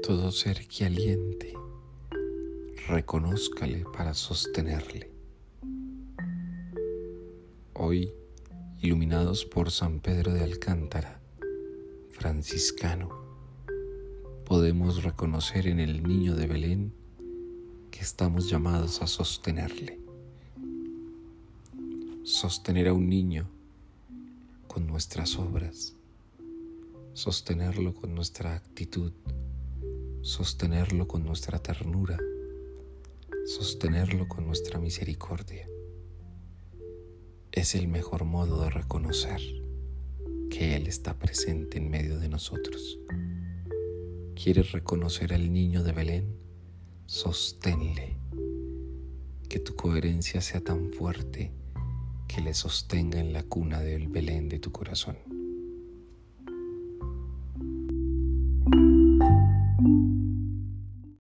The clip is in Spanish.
Todo ser que aliente, reconózcale para sostenerle. Hoy, iluminados por San Pedro de Alcántara, franciscano, podemos reconocer en el niño de Belén que estamos llamados a sostenerle. Sostener a un niño con nuestras obras, sostenerlo con nuestra actitud, sostenerlo con nuestra ternura, sostenerlo con nuestra misericordia. Es el mejor modo de reconocer que Él está presente en medio de nosotros. ¿Quieres reconocer al niño de Belén? Sosténle. Que tu coherencia sea tan fuerte que le sostenga en la cuna del Belén de tu corazón.